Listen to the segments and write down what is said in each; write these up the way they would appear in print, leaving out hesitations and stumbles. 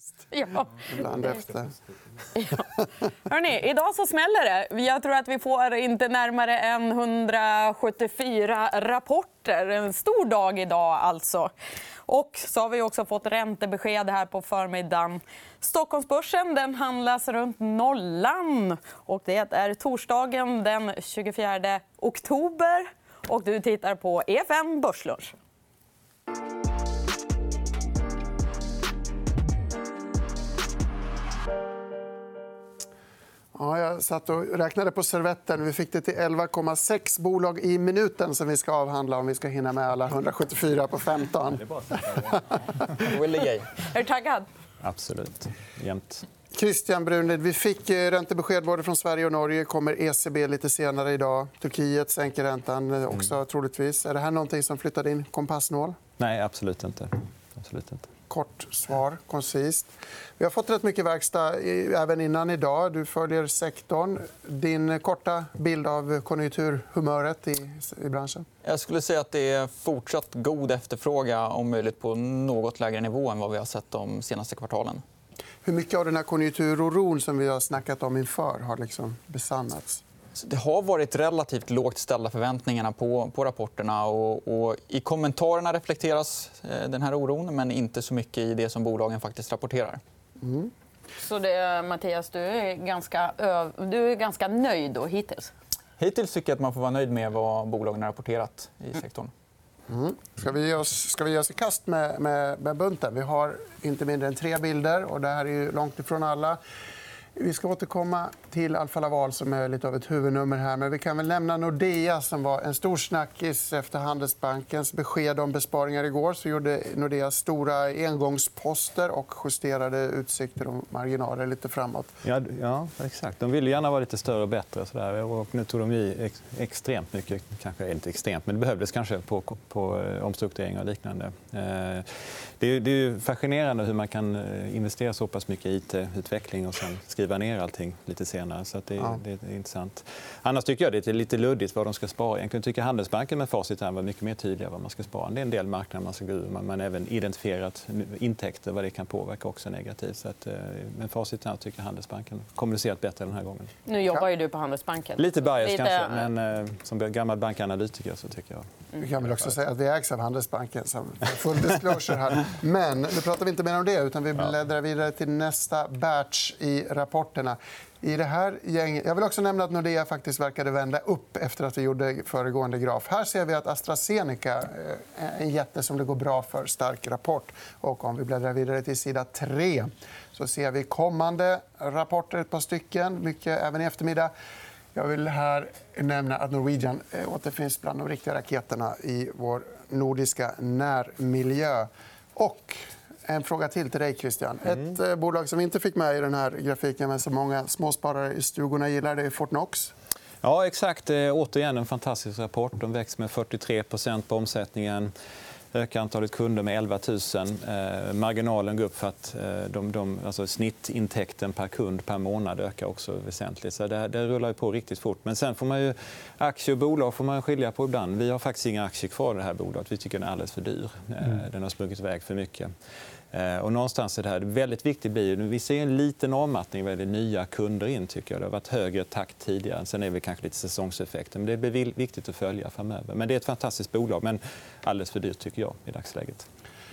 Ja. Ibland efter. Ja. Hörrni, idag så smäller det. Jag tror att vi får inte närmare än 174 rapporter. En stor dag idag alltså. Och så har vi också fått räntebesked här på förmiddagen. Stockholmsbörsen den handlas runt nollan. Och det är torsdagen den 24 oktober. Och du tittar på EFN Börslunch. Ja, jag satt och räknade på servetten. Vi fick det till 11,6 bolag i minuten som vi ska avhandla om vi ska hinna med alla 174 på 15. Det är bara Är du taggad? Absolut. Jämt. Christian Brunlid, vi fick räntebesked både från Sverige och Norge. Kommer ECB lite senare idag. Turkiet sänker räntan också troligtvis. Är det här någonting som flyttar din kompassnål? Nej, absolut inte. Kort svar, koncist. Vi har fått rätt mycket verkstad även innan idag. Du följer sektorn. Din korta bild av konjunkturhumöret i branschen? Jag skulle säga att det är fortsatt god efterfrågan om möjligt på något lägre nivå än vad vi har sett de senaste kvartalen. Hur mycket av den här konjunkturoron som vi har snackat om inför har liksom besannats? Det har varit relativt lågt ställda förväntningarna på rapporterna. Och I kommentarerna reflekteras den här oron, men inte så mycket i det som bolagen faktiskt rapporterar. Mm. Så Mattias, du är ganska nöjd då, hittills? Hittills tycker jag att man får vara nöjd med vad bolagen har rapporterat i sektorn. Mm. Ska vi ge oss i kast med bunten? Vi har inte mindre än 3 bilder. Och det här är ju långt ifrån alla. Vi ska återkomma till Alfa Laval som är lite av ett huvudnummer här. Men vi kan väl nämna Nordea som var en stor snackis efter Handelsbankens besked om besparingar igår. Så gjorde Nordea stora engångsposter och justerade utsikter och marginaler lite framåt. Ja, exakt. De ville gärna vara lite större och bättre. Så där. Och nu tog de i extremt mycket. Kanske inte extremt, men det behövdes kanske på omstrukturering och liknande. Det är ju fascinerande hur man kan investera så pass mycket i IT-utveckling och sen skriva ner allting lite senare. Så att det är intressant. Annars tycker jag det är lite luddigt vad de ska spara. Egentligen tycker Handelsbanken med facit här var mycket mer tydliga vad man ska spara. Det är en del marknader man ska gå ur. Man har även identifierat intäkter, vad det kan påverka också negativt. Så att, med facit här tycker Handelsbanken kommunicerat bättre den här gången. Nu jobbar ju du på Handelsbanken. Lite bias kanske, men som gammal bankanalytiker så tycker jag. Vi kan väl också säga att vi ägs av Handelsbanken som full disclosure här. Men nu pratar vi inte mer om det utan vi bläddrar vidare till nästa batch i rapporterna. I det här gänget... Jag vill också nämna att Nordea faktiskt verkade vända upp efter att vi gjorde föregående graf. Här ser vi att AstraZeneca är en jätte som det går bra för, stark rapport. Och om vi bläddrar vidare till sida 3 så ser vi kommande rapporter, ett par stycken, mycket även i eftermiddag. Jag vill här nämna att Norwegian återfinns bland de riktiga raketerna i vår nordiska närmiljö. Och en fråga till dig, Christian. Ett bolag som inte fick med i den här grafiken men som många småsparare i stugorna gillar, det är Fortnox. Ja, exakt. Återigen en fantastisk rapport. De växer med 43% på omsättningen. Ökar antalet kunder med 11 000. Marginalen går upp för att alltså snittintäkten per kund per månad ökar också väsentligt. Så det rullar ju på riktigt fort. Men sen får man ju aktier och bolag får man skilja på ibland. Vi har faktiskt inga aktier kvar i det här bolaget. Vi tycker den är alldeles för dyr. Den har sprungit iväg för mycket. Och någonstans är det här väldigt viktigt. Vi ser en liten avmattning vad det nya kunder in. Tycker jag. Det har varit högre takt tidigare. Sen är det kanske lite säsongseffekter. Men det blir viktigt att följa framöver. Men det är ett fantastiskt bolag, men alldeles för dyrt tycker jag i dagsläget.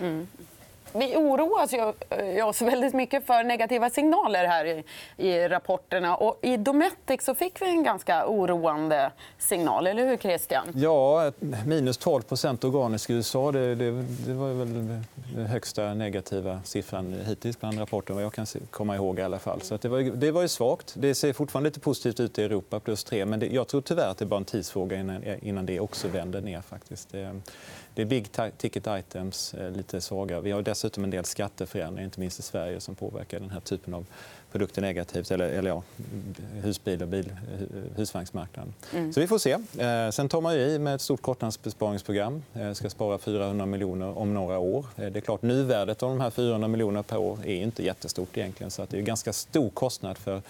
Vi oroas oss väldigt mycket för negativa signaler här i rapporterna. Och I Dometic så fick vi en ganska oroande signal. Eller hur, Christian? Ja, minus 12% organiskt i USA. Det var väl den högsta negativa siffran hittills bland rapporterna vad jag kan komma ihåg i alla fall. Så att det var ju svagt. Det ser fortfarande lite positivt ut i Europa, plus 3. Men jag tror tyvärr att det är bara en tidsfråga innan det också vänder ner. Faktiskt. Det är big ticket items, lite svaga. Vi har dessutom en del skatteförändringar, inte minst i Sverige, som påverkar den här typen av produkter negativt. Eller husbil och husvagnsmarknaden. Så vi får se. Sen tar man i med ett stort kostnadsbesparingsprogram. Ska spara 400 miljoner om några år. Det är klart, nuvärdet av de här 400 miljoner per år är inte jättestort egentligen. Så att det är en ganska stor kostnad för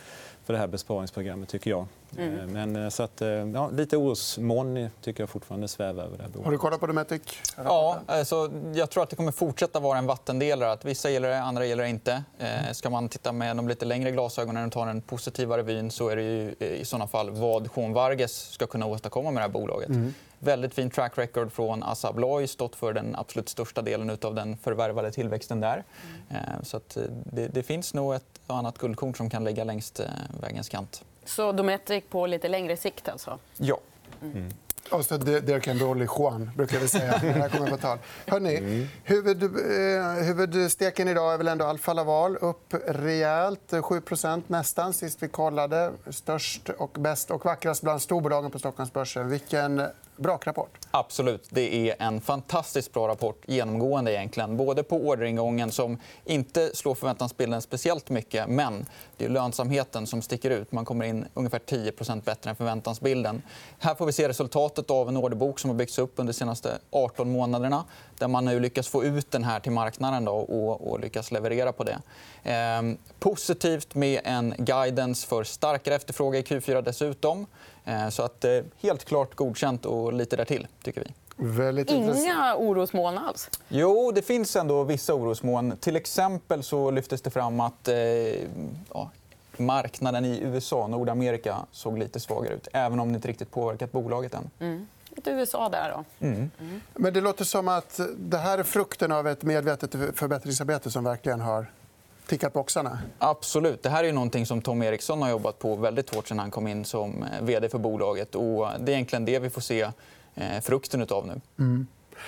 för det här besparingsprogrammet, tycker jag. Men så att, lite orosmoln tycker jag fortfarande svävar över det här bolaget. Har du kollat på Dometic? Ja, alltså, jag tror att det kommer fortsätta vara en vattendelare. Att vissa gillar det, andra gillar det inte. Ska man titta med de lite längre glasögonen och ta den positiva revyn så är det ju i sådana fall vad Sean Vargas ska kunna åstadkomma med det här bolaget. Väldigt fin track record från Assa Abloy, stått för den absolut största delen av den förvärvade tillväxten där. Så att det finns nog ett annat guldkorn som kan lägga längst vägens kant. Så Dometic på lite längre sikt alltså? Ja. Och så there can be only Juan, brukar vi säga. Det här kommer på tal. Hörrni, huvudsteken idag är väl ändå Alfa Laval. Upp rejält, 7% nästan sist vi kollade. Störst och bäst och vackrast bland storbolagen på Stockholmsbörsen. Vilken bra rapport. Absolut. Det är en fantastiskt bra rapport genomgående egentligen. Både på orderingången som inte slår förväntansbilden speciellt mycket, men det är lönsamheten som sticker ut. Man kommer in ungefär 10% bättre än förväntansbilden. Här får vi se resultatet av en orderbok som har byggts upp under de senaste 18 månaderna där man nu lyckas få ut den här till marknaden och lyckas leverera på det. Positivt med en guidance för starkare efterfrågan i Q4 dessutom. Så att helt klart godkänt och lite där till tycker vi. Inga orosmoln alls? Jo, det finns ändå vissa orosmoln. Till exempel så lyftes det fram att marknaden i USA, Nordamerika, såg lite svagare ut. Även om det inte riktigt påverkat bolaget än. Ett USA där då. Men det låter som att det här är frukten av ett medvetet förbättringsarbete som verkligen har tickat boxarna. Absolut. Det här är någonting som Tom Eriksson har jobbat på väldigt hårt sedan han kom in som vd för bolaget. Och det är egentligen det vi får se frukten av nu.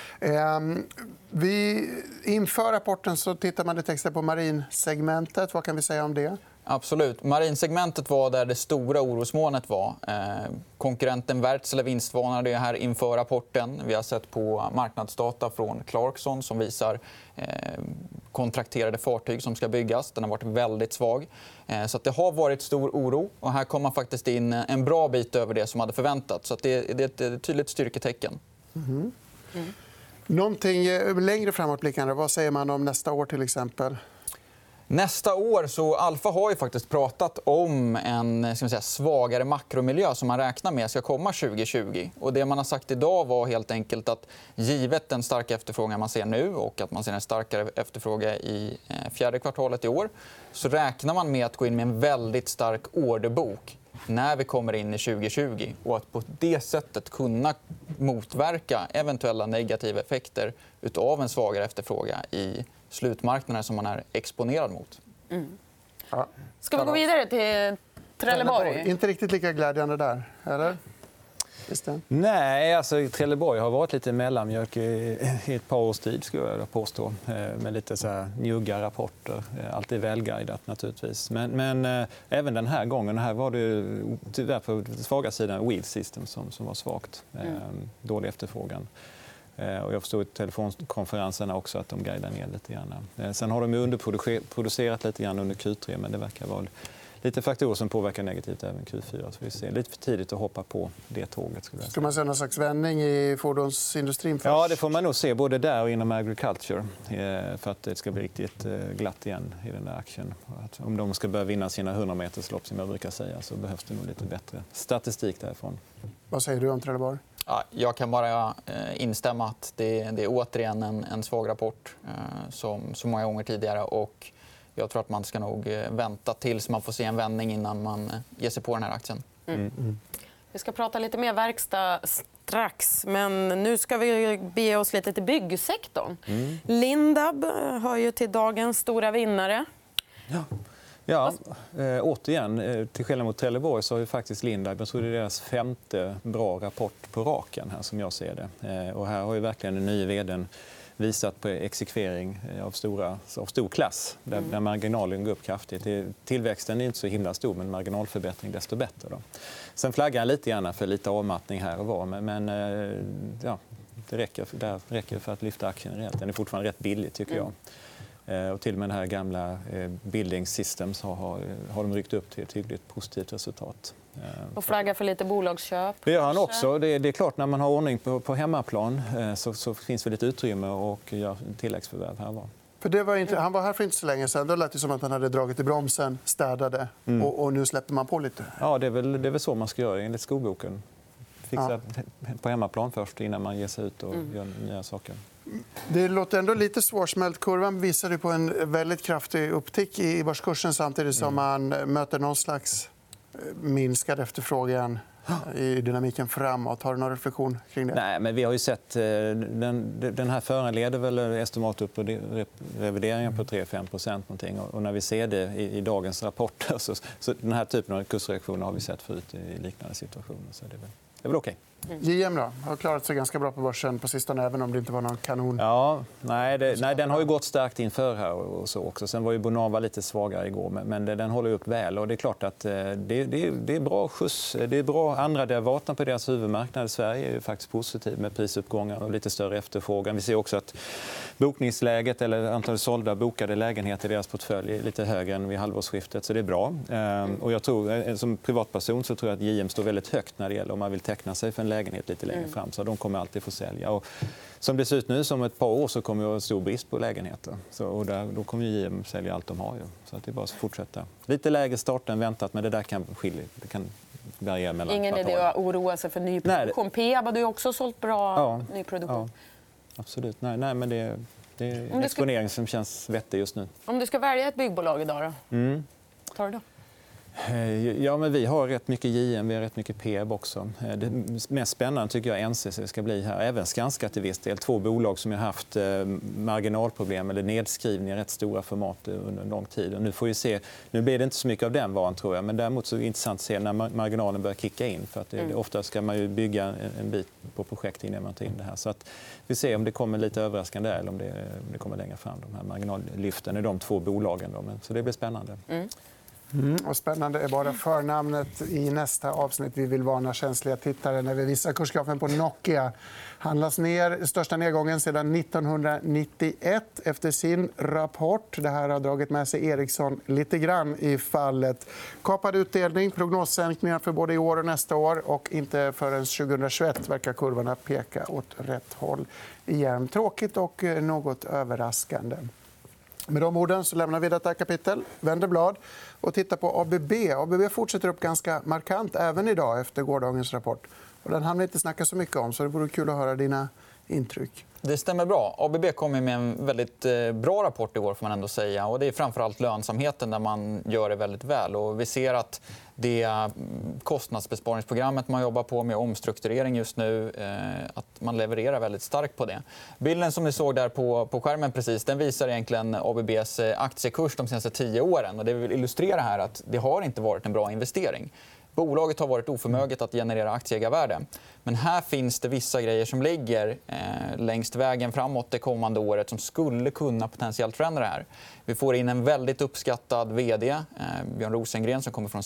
Inför rapporten så tittar man lite extra på marinsegmentet. Vad kan vi säga om det? Absolut. Marinsegmentet var där det stora orosmolnet var. Konkurrenten Wärtsilä vinstvarnade här inför rapporten. Vi har sett på marknadsdata från Clarkson som visar kontrakterade fartyg som ska byggas. Den har varit väldigt svag. Så att det har varit stor oro. Och här kom man faktiskt in en bra bit över det som hade förväntats. Så att det är ett tydligt styrketecken. Någonting längre framåtblickande. Vad säger man om nästa år till exempel? Nästa år så Alfa har ju faktiskt pratat om en svagare makromiljö som man räknar med ska komma 2020. Och det man har sagt idag var helt enkelt att givet den starka efterfrågan man ser nu och att man ser en starkare efterfrågan i fjärde kvartalet i år så räknar man med att gå in med en väldigt stark orderbok när vi kommer in i 2020 och att på det sättet kunna motverka eventuella negativa effekter av en svagare efterfrågan i slutmarknaden som man är exponerad mot. Ska vi gå vidare till Trelleborg? Inte riktigt lika glädjande där, eller? Nej, alltså Trelleborg har varit lite mellanmjölk i ett par års tid, skulle jag påstå. Med lite så här njugga rapporter. Alltid välguidat naturligtvis. Men även den här gången här var det tyvärr på svaga sidan Wheel System som var svagt. Dålig efterfrågan. Och jag förstod i telefonkonferenserna också att de guidar ner lite grann. Sen har de underproducerat lite grann under Q3, men det verkar vara lite faktorer som påverkar negativt även Q4. Så vi ser lite för tidigt att hoppa på det tåget. Ska man se någon slags vändning i fordonsindustrin först? Ja, det får man nog se både där och inom agriculture för att det ska bli riktigt glatt igen i den där aktien. Om de ska börja vinna sina 100-meterslopp som jag brukar säga så behövs det nog lite bättre statistik därifrån. Vad säger du om Trelleborg? Ja, jag kan bara instämma att det är återigen en svag rapport som så många gånger tidigare. Och jag tror att man ska nog vänta tills man får se en vändning innan man ger sig på den här aktien. Vi ska prata lite mer verkstad strax, men nu ska vi bege oss lite till byggsektorn. Lindab hör ju till dagens stora vinnare. Ja, återigen, till skillnad mot Trelleborg så har ju faktiskt Lindab, jag tror det är deras 5:e bra rapport på raken här som jag ser det. Och här har ju verkligen den nya vd:n visat på exekvering av stor klass där marginalen går upp kraftigt. Tillväxten är inte så himla stor, men marginalförbättring desto bättre. Då. Sen flaggar jag lite gärna för lite avmattning här och var, men det räcker för att lyfta aktien rejält. Den är fortfarande rätt billig tycker jag. Och till och med det här gamla Building Systems har de ryckt upp till ett hyggligt positivt resultat. Och flagga för lite bolagsköp. Det gör han också. Det är klart när man har ordning på hemmaplan så finns det lite utrymme och gör tilläggsförvärv här. För han var här för inte så länge sedan. Då lät det som att han hade dragit i bromsen, städade och nu släpper man på lite. Ja, det är väl så man ska göra enligt skolboken. Fixa på hemmaplan först innan man ger sig ut och gör nya saker. Det låter ändå lite svårsmält. Kurvan visade på en väldigt kraftig upptick i börskursen samtidigt som man möter någon slags minskad efterfrågan i dynamiken framåt. Har du någon reflektion kring det? Nej, men vi har ju sett den här föranleder väl estimat upp på revideringen på 3-5% någonting. Och när vi ser det i dagens rapporter så den här typen av kursreaktioner har vi sett förut i liknande situationer. Så det är väl okej. JM då? Har klarat sig ganska bra på börsen på sistone även om det inte var någon kanon. Ja, nej, den har ju gått starkt inför här och så också. Sen var ju Bonava lite svagare igår, men den håller upp väl och det är klart att det är bra skjuts. Det är bra andra derivaten på deras huvudmarknad. Sverige är ju faktiskt positiv med prisuppgångar och lite större efterfrågan. Vi ser också att bokningsläget eller antalet sålda bokade lägenheter i deras portfölj är lite högre än vid halvårsskiftet, så det är bra. Och jag tror som privatperson så tror jag att JM står väldigt högt när det gäller om man vill teckna sig för en lägenhet lite längre fram, så de kommer alltid få sälja. Och som det ser ut nu, som ett par år så kommer det att vara stor brist på lägenheter. Och då kommer JM sälja allt de har. Så att det är bara att fortsätta. Lite lägre start än väntat, men det där kan skilja. Det kan variera mellan ingen kvartal. idé att oroa sig för nyproduktion. Peab har du också sålt bra nyproduktion. Ja, absolut. Nej, men det är en exponering som känns vettig just nu. Om du ska välja ett byggbolag idag då? Tar du då? Ja, men vi har rätt mycket JM, vi har rätt mycket Peab också. Det mest spännande tycker jag NCC ska bli här. Även Skanska till viss del. 2 bolag som har haft marginalproblem eller nedskrivningar i rätt stora format under en lång tid. Och nu får vi se. Nu blir det inte så mycket av den varan tror jag. Men däremot så är det intressant att se när marginalen börjar kicka in. För att ofta ska man ju bygga en bit på projekt innan man tar in det här. Så att vi ser om det kommer lite överraskande eller om det kommer längre fram. De här marginallyften i de 2 bolagen. Så det blir spännande. Och spännande är bara förnamnet i nästa avsnitt. Vi vill varna känsliga tittare när vi visar kursgrafen på Nokia. Handlas ner, största nedgången sedan 1991 efter sin rapport. Det här har dragit med sig Ericsson lite grann i fallet. Kapad utdelning, prognossänkningar för både i år och nästa år. Och inte förrän 2021 verkar kurvorna peka åt rätt håll igen. Tråkigt och något överraskande. Med de orden så lämnar vi detta kapitel, vänder blad och tittar på ABB. ABB fortsätter upp ganska markant även idag efter gårdagens rapport. Och den hann vi inte snacka så mycket om, så det vore kul att höra dina intryck. Det stämmer bra. ABB kom med en väldigt bra rapport igår, får man ändå säga. Och det är framförallt lönsamheten där man gör det väldigt väl. Och vi ser att det kostnadsbesparingsprogrammet man jobbar på med omstrukturering just nu, att man levererar väldigt starkt på det. Bilden som ni såg där på skärmen precis, den visar egentligen ABBs aktiekurs de senaste 10 åren. Och det vill illustrera här att det har inte varit en bra investering. Bolaget har varit oförmöget att generera aktieägarvärde. Men här finns det vissa grejer som ligger längst vägen framåt det kommande året som skulle kunna potentiellt förändra det här. Vi får in en väldigt uppskattad vd, Björn Rosengren, som kommer från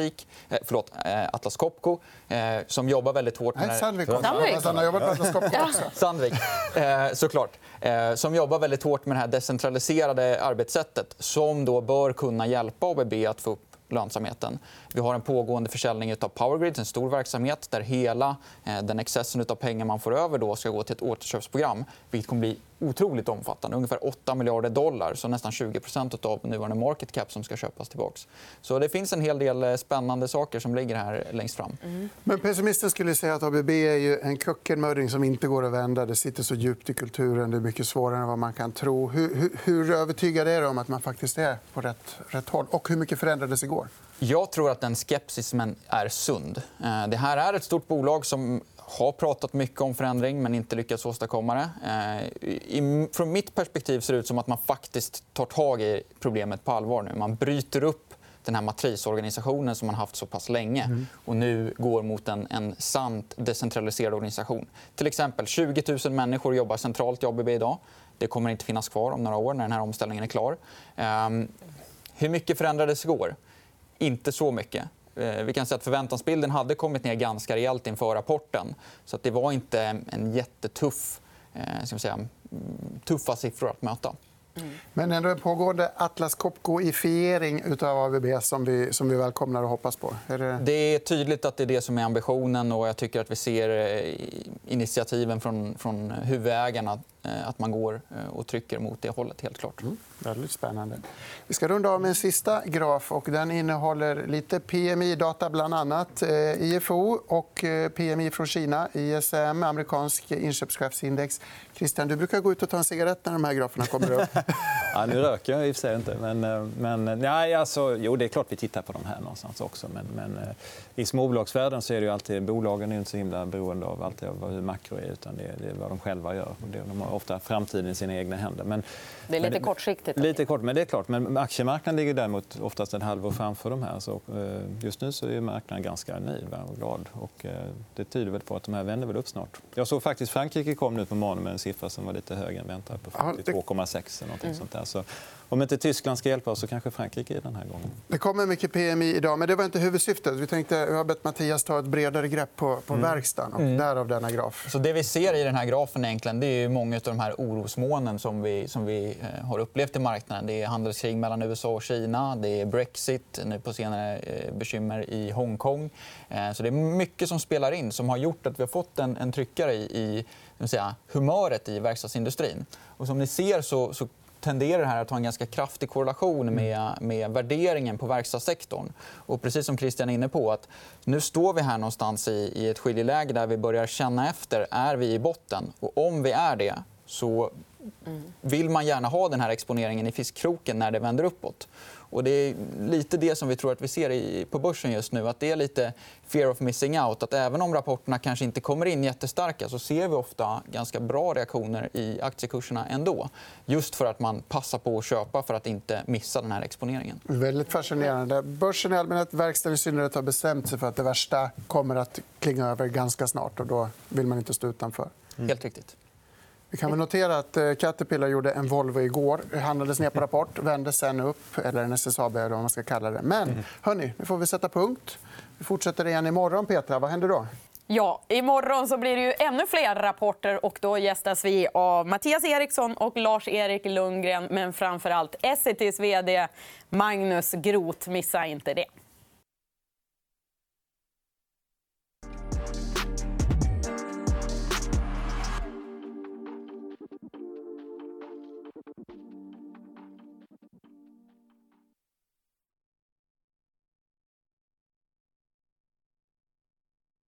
Atlas Copco, som jobbar väldigt hårt med... Sandvik. Han har jobbat med Atlas Copco också. Sandvik, såklart. Som jobbar väldigt hårt med det här decentraliserade arbetssättet som då bör kunna hjälpa ABB att få upp lönsamheten. Vi har en pågående försäljning av Powergrid, en stor verksamhet där hela den excessen av pengar man får över då ska gå till ett återköpsprogram, vilket kommer bli otroligt omfattande. Ungefär $8 miljarder, så nästan 20% av nuvarande market cap som ska köpas tillbaka. Så det finns en hel del spännande saker som ligger här längst fram. Men pessimisten skulle säga att ABB är ju en kuckenmörding som inte går att vända. Det sitter så djupt i kulturen. Det är mycket svårare än vad man kan tro. Hur övertygad är du om att man faktiskt är på rätt håll? Och hur mycket förändrades igår? Jag tror att den skepsismen är sund. Det här är ett stort bolag som har pratat mycket om förändring men inte lyckats åstadkomma det. Från mitt perspektiv ser det ut som att man faktiskt tar tag i problemet på allvar nu. Man bryter upp den här matrisorganisationen som man haft så pass länge och nu går mot en sant decentraliserad organisation. Till exempel 20 000 människor jobbar centralt i ABB idag. Det kommer inte finnas kvar om några år när den här omställningen är klar. Hur mycket förändrades igår? Inte så mycket. Vi kan säga att förväntansbilden hade kommit ner ganska rejält inför rapporten. Så att det var inte en jättetuff, tuffa siffror att möta. Men ändå en pågående Atlas Copco-ifiering av ABB som vi välkomnar och hoppas på. Det är tydligt att det är det som är ambitionen och jag tycker att vi ser initiativen från huvudägarna att man går och trycker mot det hållet, helt klart. Väldigt spännande. Vi ska runda av med en sista graf. Och den innehåller lite PMI-data, bland annat IFO och PMI från Kina, ISM, amerikansk inköpschefsindex. Christian, du brukar gå ut och ta en cigarett när de här graferna kommer upp. Ja, nu röker jag i och för sig inte. Men nej, alltså, jo, det är klart vi tittar på de här någonstans också. Men i småbolagsvärlden så är det ju alltid, bolagen är inte så himla beroende av alltid hur makro är, utan det är vad de själva gör. De har ofta framtiden i sina egna händer. Men, det är lite kortsiktigt. Lite kort, men det är klart. Men aktiemarknaden ligger däremot oftast en halvår framför de här. Så, just nu så är marknaden ganska nöjd och glad. Och, det tyder väl på att de här vänder väl upp snart. Jag såg faktiskt Frankrike kom nu på morgonen med en siffra som var lite högre än väntat, på 42,6 eller någonting sånt där. Så om inte Tyskland ska hjälpa oss så kanske Frankrike den här gången. Det kommer mycket PMI idag, men det var inte huvudsyftet. Jag har bett Mattias ta ett bredare grepp på verkstaden och därav denna graf. Så det vi ser i den här grafen egentligen, det är många av de här orosmolnen som vi har upplevt i marknaden. Det är handelskrig mellan USA och Kina, det är Brexit, nu på senare bekymmer i Hongkong. Så det är mycket som spelar in som har gjort att vi har fått en tryckare i humöret i verkstadsindustrin. Och som ni ser så tenderar det här att ha en ganska kraftig korrelation med värderingen på verkstadssektorn. Och precis som Christian är inne på, att nu står vi här någonstans i ett skiljeläge där vi börjar känna efter, är vi i botten? Och om vi är det så vill man gärna ha den här exponeringen i fiskkroken när det vänder uppåt. Och det är lite det som vi tror att vi ser på börsen just nu. Att det är lite fear of missing out. Att även om rapporterna kanske inte kommer in jättestarka så ser vi ofta ganska bra reaktioner i aktiekurserna ändå. Just för att man passar på att köpa för att inte missa den här exponeringen. Väldigt fascinerande. Börsen i allmänhet, verkstaden i synnerhet, har bestämt sig för att det värsta kommer att klinga över ganska snart. Och då vill man inte stå utanför. Helt riktigt. Vi kan väl notera att Caterpillar gjorde en Volvo igår. Handlades ner på rapport, vände sen upp. Eller en SSAB, eller vad man ska kalla det. Men hörni, nu får vi sätta punkt. Vi fortsätter igen imorgon, Petra. Vad händer då? Ja, imorgon så blir det ju ännu fler rapporter och då gästas vi av Mattias Eriksson och Lars-Erik Lundgren, men framför allt Essities vd Magnus Groth. Missa inte det.